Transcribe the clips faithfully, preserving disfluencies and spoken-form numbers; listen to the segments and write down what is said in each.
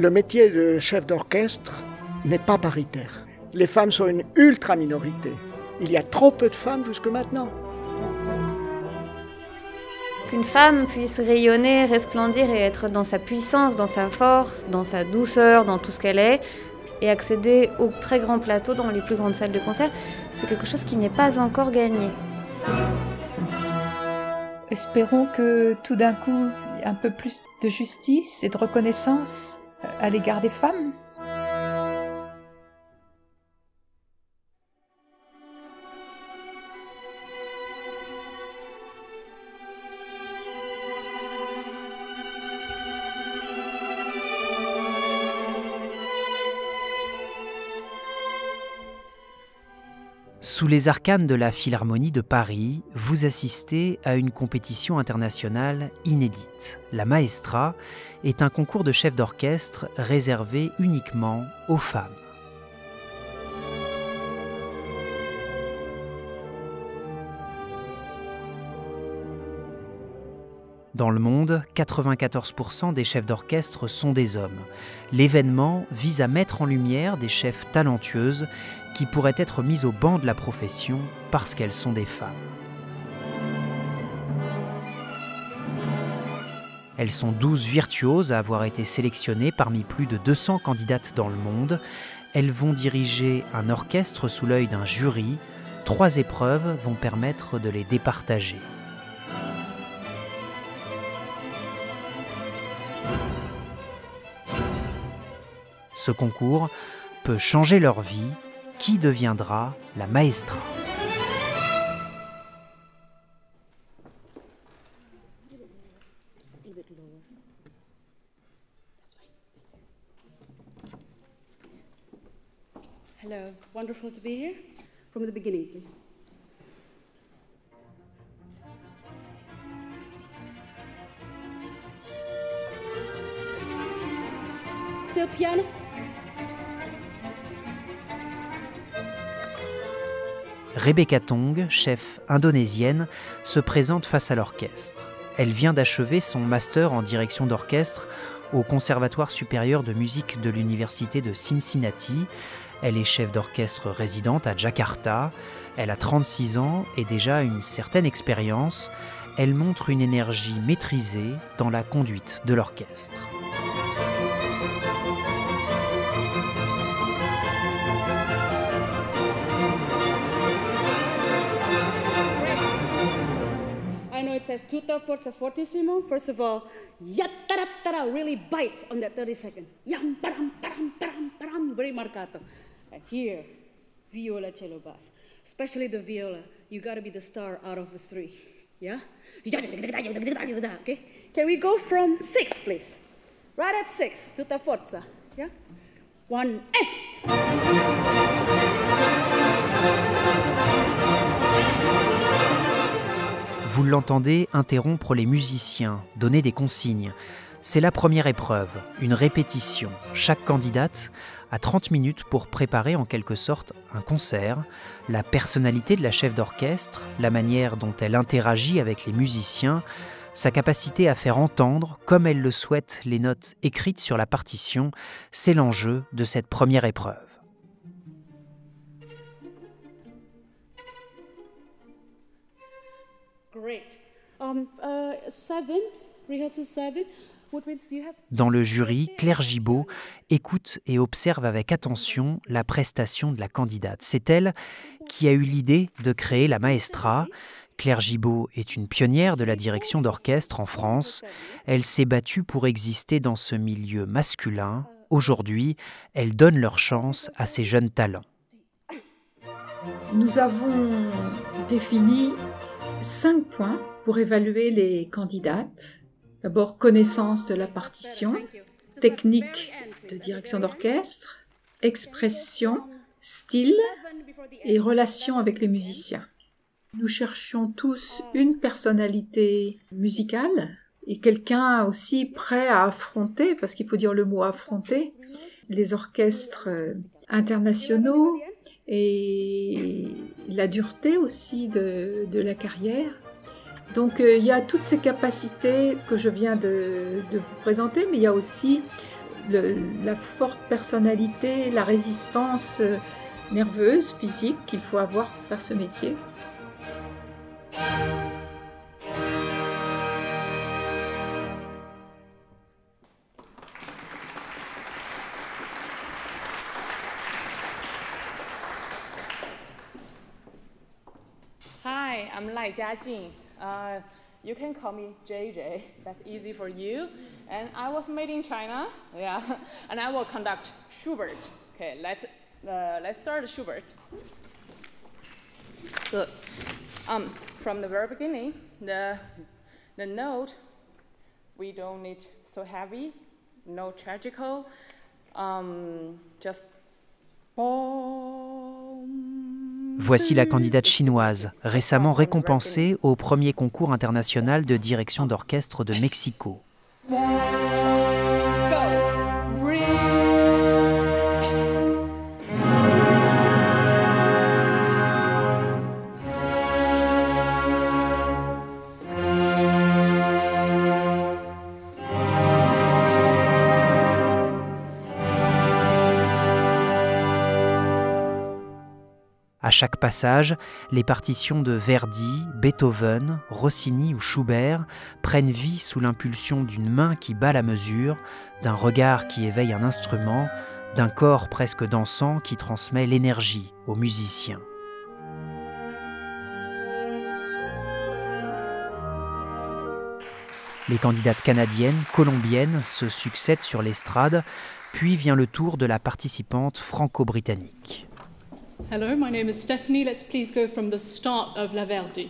le métier de chef d'orchestre n'est pas paritaire. Les femmes sont une ultra minorité. Il y a trop peu de femmes jusque maintenant. Qu'une femme puisse rayonner, resplendir et être dans sa puissance, dans sa force, dans sa douceur, dans tout ce qu'elle est, et accéder aux très grands plateaux dans les plus grandes salles de concert, c'est quelque chose qui n'est pas encore gagné. Espérons que tout d'un coup, il y ait un peu plus de justice et de reconnaissance à l'égard des femmes. Sous les arcanes de la Philharmonie de Paris, vous assistez à une compétition internationale inédite. La Maestra est un concours de chef d'orchestre réservé uniquement aux femmes. Dans le monde, quatre-vingt-quatorze pour cent des chefs d'orchestre sont des hommes. L'événement vise à mettre en lumière des chefs talentueuses qui pourraient être mises au banc de la profession parce qu'elles sont des femmes. Elles sont douze virtuoses à avoir été sélectionnées parmi plus de deux cents candidates dans le monde. Elles vont diriger un orchestre sous l'œil d'un jury. Trois épreuves vont permettre de les départager. Ce concours peut changer leur vie. Qui deviendra la Maestra? Hello, wonderful to be here. From the beginning, please. Still piano. Rebecca Tong, chef indonésienne, se présente face à l'orchestre. Elle vient d'achever son master en direction d'orchestre au Conservatoire supérieur de musique de l'Université de Cincinnati. Elle est chef d'orchestre résidente à Jakarta. Elle a trente-six ans et déjà une certaine expérience. Elle montre une énergie maîtrisée dans la conduite de l'orchestre. It says tutta forza fortissimo. First of all, yattaratara, really bite on that thirty seconds. Yam, param, param, param, param, very marcato. And here, viola, cello, bass. Especially the viola, you gotta be the star out of the three. Yeah? Okay? Can we go from six, please? Right at six, tutta forza. Yeah? One, and... Vous l'entendez interrompre les musiciens, donner des consignes. C'est la première épreuve, une répétition. Chaque candidate a trente minutes pour préparer en quelque sorte un concert. La personnalité de la chef d'orchestre, la manière dont elle interagit avec les musiciens, sa capacité à faire entendre, comme elle le souhaite, les notes écrites sur la partition, c'est l'enjeu de cette première épreuve. Dans le jury, Claire Gibault écoute et observe avec attention la prestation de la candidate. C'est elle qui a eu l'idée de créer la Maestra. Claire Gibault est une pionnière de la direction d'orchestre en France. Elle s'est battue pour exister dans ce milieu masculin. Aujourd'hui, elle donne leur chance à ces jeunes talents. Nous avons défini cinq points pour évaluer les candidates. D'abord, connaissance de la partition, technique de direction d'orchestre, expression, style et relation avec les musiciens. Nous cherchions tous une personnalité musicale et quelqu'un aussi prêt à affronter, parce qu'il faut dire le mot affronter, les orchestres internationaux et la dureté aussi de, de la carrière. Donc euh, il y a toutes ces capacités que je viens de, de vous présenter, mais il y a aussi le, la forte personnalité, la résistance euh, nerveuse, physique qu'il faut avoir pour faire ce métier. Hi, I'm Lai Jiajing. Uh, you can call me J J. That's easy for you. And I was made in China. Yeah. And I will conduct Schubert. Okay, let's uh, let's start Schubert. Good. Um, from the very beginning, the the note we don't need so heavy, no tragical. Um, just. Voici la candidate chinoise, récemment récompensée au premier concours international de direction d'orchestre de Mexico. À chaque passage, les partitions de Verdi, Beethoven, Rossini ou Schubert prennent vie sous l'impulsion d'une main qui bat la mesure, d'un regard qui éveille un instrument, d'un corps presque dansant qui transmet l'énergie aux musiciens. Les candidates canadiennes, colombiennes se succèdent sur l'estrade, puis vient le tour de la participante franco-britannique. Hello, my name is Stephanie. Let's please go from the start of La Verdi.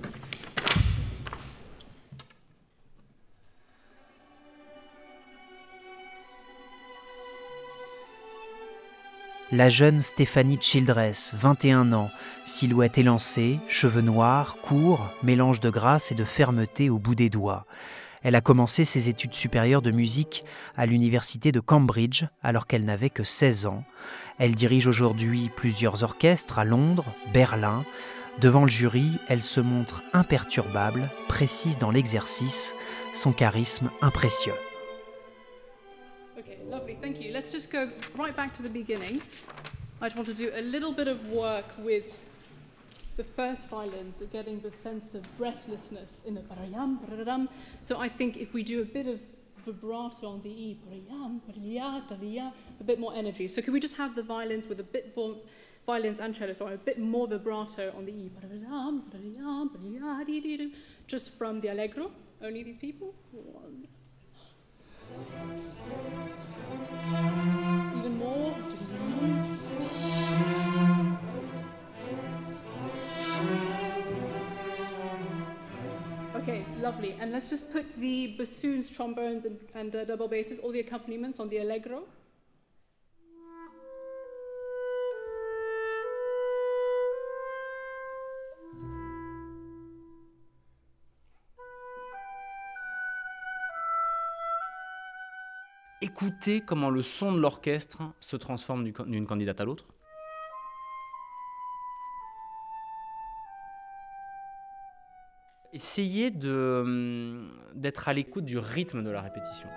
La jeune Stéphanie Childress, vingt et un ans, silhouette élancée, cheveux noirs, courts, mélange de grâce et de fermeté au bout des doigts. Elle a commencé ses études supérieures de musique à l'université de Cambridge alors qu'elle n'avait que seize ans. Elle dirige aujourd'hui plusieurs orchestres à Londres, Berlin. Devant le jury, elle se montre imperturbable, précise dans l'exercice. Son charisme impressionne. Okay, lovely, thank you. Let's just go right back to the beginning. I just want to do a little bit of work with the first violins, getting the sense of breathlessness in the parayam, parayam. So I think if we do a bit of vibrato on the E, parayam, paraya, taraya, a bit more energy. So can we just have the violins with a bit more, violins and cello, so a bit more vibrato on the E, parayam, parayam, paraya, dee, dee, dee, just from the allegro. Only these people. One. Even more. Okay, lovely. And let's just put the bassoons, trombones, and, and uh, double basses, all the accompaniments on the allegro. Écoutez comment le son de l'orchestre se transforme d'une candidate à l'autre. Essayez de, d'être à l'écoute du rythme de la répétition.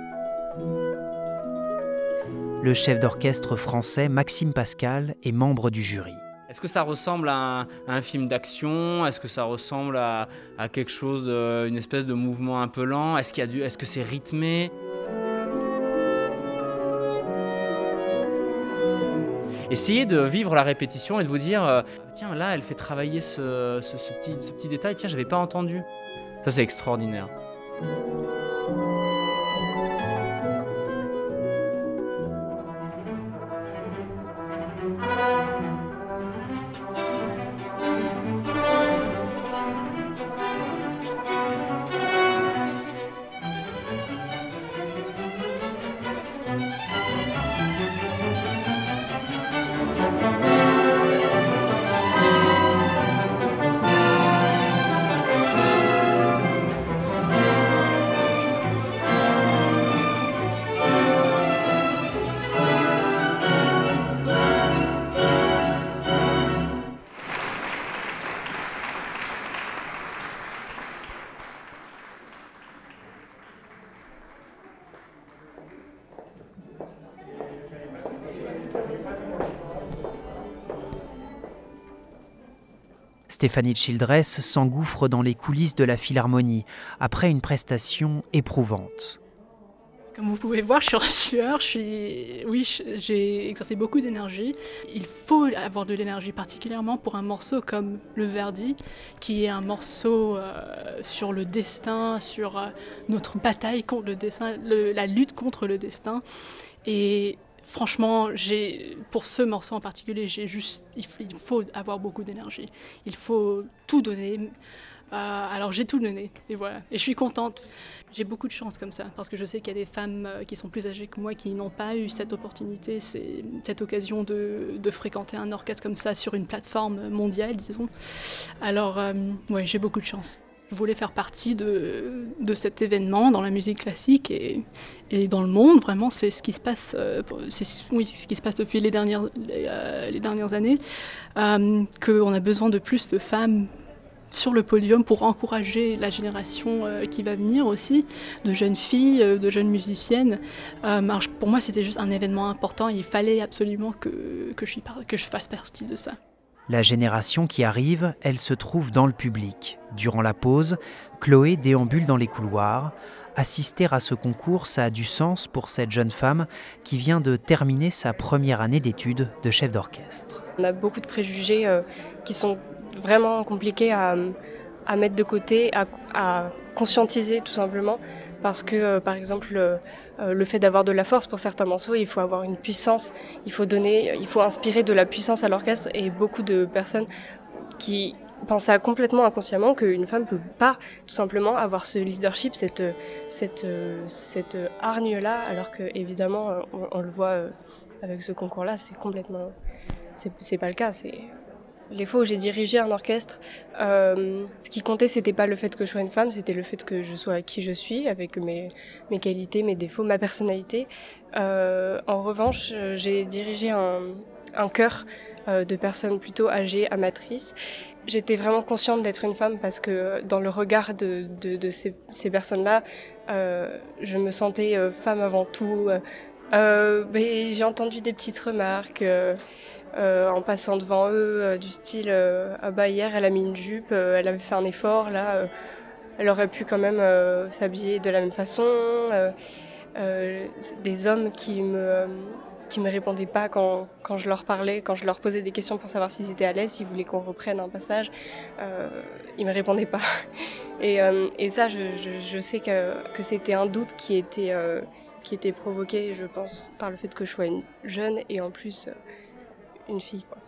Le chef d'orchestre français Maxime Pascal est membre du jury. Est-ce que ça ressemble à un, à un film d'action? Est-ce que ça ressemble à, à quelque chose, une espèce de mouvement un peu lent? Est-ce qu'il y a du, est-ce que c'est rythmé? Essayez de vivre la répétition et de vous dire euh, tiens, là, elle fait travailler ce, ce, ce, petit, ce petit détail, tiens, je n'avais pas entendu. Ça, c'est extraordinaire. Stéphanie Childress s'engouffre dans les coulisses de la Philharmonie après une prestation éprouvante. Comme vous pouvez voir, je suis en sueur, je suis... oui, j'ai exercé beaucoup d'énergie. Il faut avoir de l'énergie, particulièrement pour un morceau comme le Verdi, qui est un morceau euh, sur le destin, sur euh, notre bataille contre le destin, le, la lutte contre le destin. Et franchement, j'ai, pour ce morceau en particulier, j'ai juste, il faut avoir beaucoup d'énergie. Il faut tout donner. Euh, alors j'ai tout donné, et voilà. Et je suis contente. J'ai beaucoup de chance comme ça, parce que je sais qu'il y a des femmes qui sont plus âgées que moi qui n'ont pas eu cette opportunité, c'est, cette occasion de, de fréquenter un orchestre comme ça sur une plateforme mondiale, disons. Alors, euh, ouais, j'ai beaucoup de chance. Je voulais faire partie de, de cet événement dans la musique classique et, et dans le monde. Vraiment, c'est ce qui se passe, euh, c'est, oui, ce qui se passe depuis les dernières, les, euh, les dernières années, euh, qu'on a besoin de plus de femmes sur le podium pour encourager la génération euh, qui va venir aussi, de jeunes filles, euh, de jeunes musiciennes. Euh, alors, pour moi, c'était juste un événement important et il fallait absolument que, que, je, que je fasse partie de ça. La génération qui arrive, elle se trouve dans le public. Durant la pause, Chloé déambule dans les couloirs. Assister à ce concours, ça a du sens pour cette jeune femme qui vient de terminer sa première année d'études de chef d'orchestre. On a beaucoup de préjugés euh, qui sont vraiment compliqué à, à mettre de côté, à, à conscientiser tout simplement, parce que euh, par exemple euh, le fait d'avoir de la force pour certains morceaux, il faut avoir une puissance, il faut donner, il faut inspirer de la puissance à l'orchestre, et beaucoup de personnes qui pensent complètement inconsciemment qu'une femme peut pas tout simplement avoir ce leadership, cette cette cette hargne-là, alors que évidemment on, on le voit avec ce concours-là, c'est complètement, c'est c'est pas le cas, c'est les fois où j'ai dirigé un orchestre, euh, ce qui comptait, c'était pas le fait que je sois une femme, c'était le fait que je sois qui je suis, avec mes, mes qualités, mes défauts, ma personnalité. Euh, en revanche, j'ai dirigé un, un chœur euh, de personnes plutôt âgées, amatrices. J'étais vraiment consciente d'être une femme parce que dans le regard de, de, de ces, ces personnes-là, euh, je me sentais euh, femme avant tout. Euh, mais j'ai entendu des petites remarques. Euh, Euh, en passant devant eux, euh, du style euh, ah bah hier elle a mis une jupe, euh, elle avait fait un effort, là euh, elle aurait pu quand même euh, s'habiller de la même façon. Euh, euh, des hommes qui me euh, qui me répondaient pas quand quand je leur parlais, quand je leur posais des questions pour savoir s'ils étaient à l'aise, s'ils voulaient qu'on reprenne un passage, euh, ils me répondaient pas. Et euh, et ça, je, je je sais que que c'était un doute qui était euh, qui était provoqué, je pense, par le fait que je sois une jeune et en plus euh, une fille, quoi.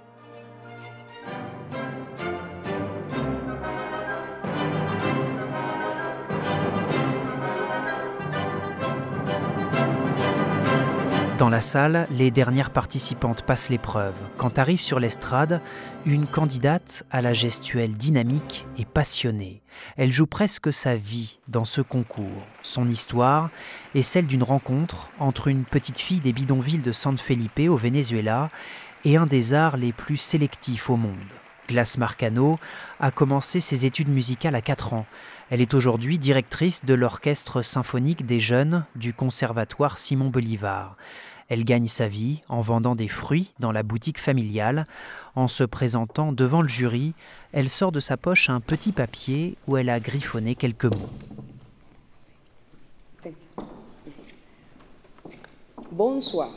Dans la salle, les dernières participantes passent l'épreuve. Quand arrive sur l'estrade, une candidate à la gestuelle dynamique et passionnée. Elle joue presque sa vie dans ce concours. Son histoire est celle d'une rencontre entre une petite fille des bidonvilles de San Felipe au Venezuela et un des arts les plus sélectifs au monde. Glace Marcano a commencé ses études musicales à quatre ans. Elle est aujourd'hui directrice de l'orchestre symphonique des jeunes du conservatoire Simon Bolivar. Elle gagne sa vie en vendant des fruits dans la boutique familiale. En se présentant devant le jury, elle sort de sa poche un petit papier où elle a griffonné quelques mots. Bonsoir.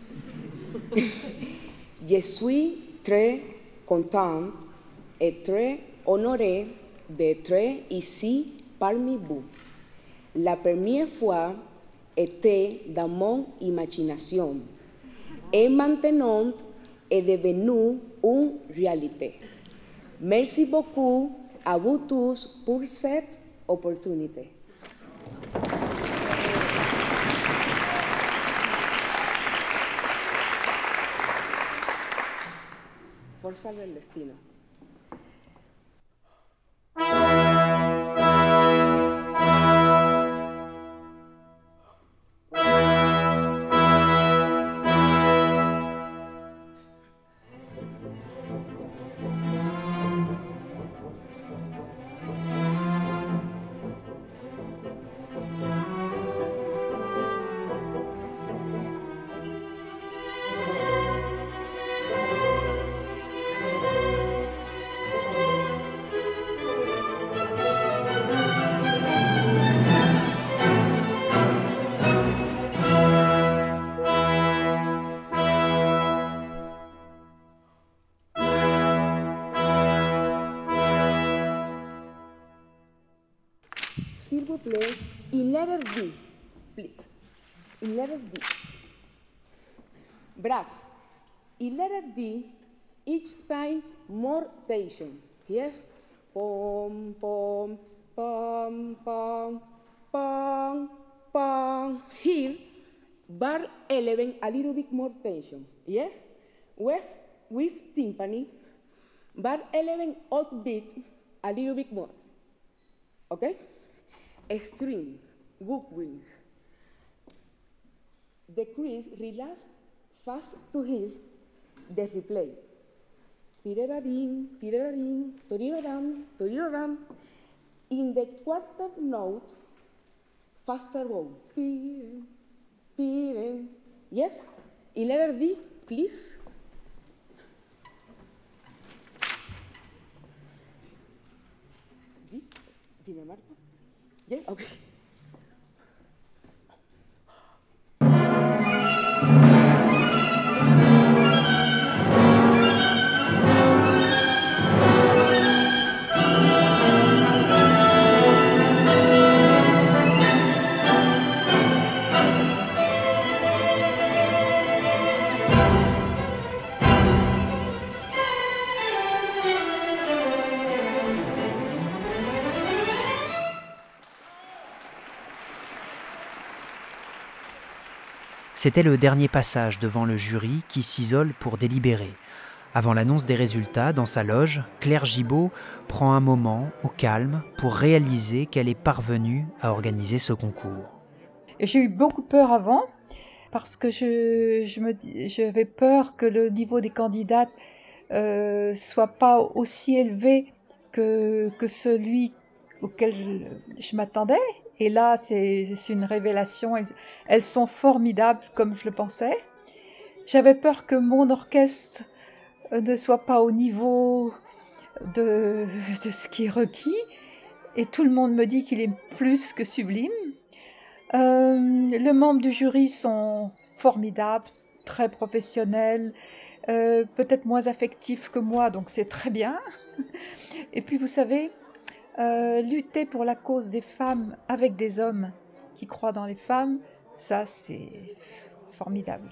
Je suis très content et très honoré d'être ici parmi vous. La première fois était dans mon imagination et maintenant est devenue une réalité. Merci beaucoup à vous tous pour cette opportunité. Fuerza del destino. s'il vous plaît, in letter D, please. In letter D. Brass. In letter D, each time more tension. Yes? Pom, pom, pom, pom, pom, pom. Here, bar eleven, a little bit more tension. Yes? With, with timpani, bar eleven, odd beat, a little bit more. Okay? A string, woodwinds. The crease relax fast to hear the replay. Pirerarin, pirerarin, toriroram, toriroram. In the quarter note, faster go. Piren, piren. Yes? In letter D, please. D? Dinamarca? Yes? Okay. C'était le dernier passage devant le jury qui s'isole pour délibérer. Avant l'annonce des résultats, dans sa loge, Claire Gibault prend un moment au calme pour réaliser qu'elle est parvenue à organiser ce concours. J'ai eu beaucoup peur avant parce que je, je me, j'avais peur que le niveau des candidates euh, soit pas aussi élevé que, que celui auquel je, je m'attendais. Et là, c'est, c'est une révélation. Elles, elles sont formidables, comme je le pensais. J'avais peur que mon orchestre ne soit pas au niveau de, de ce qui est requis. Et tout le monde me dit qu'il est plus que sublime. Euh, les membres du jury sont formidables, très professionnels, euh, peut-être moins affectifs que moi, donc c'est très bien. Et puis, vous savez... Euh, lutter pour la cause des femmes avec des hommes qui croient dans les femmes, ça c'est formidable.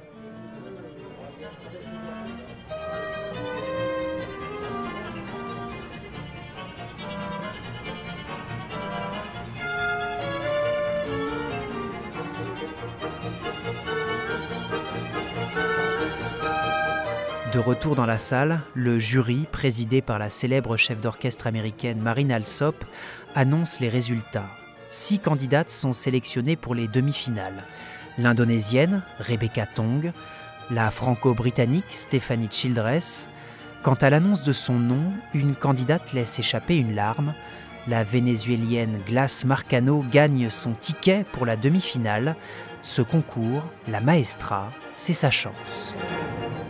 De retour dans la salle, le jury, présidé par la célèbre chef d'orchestre américaine Marin Alsop, annonce les résultats. Six candidates sont sélectionnées pour les demi-finales. L'Indonésienne, Rebecca Tong, la franco-britannique Stephanie Childress. Quant à l'annonce de son nom, une candidate laisse échapper une larme. La Vénézuélienne Glace Marcano gagne son ticket pour la demi-finale. Ce concours, la Maestra, c'est sa chance.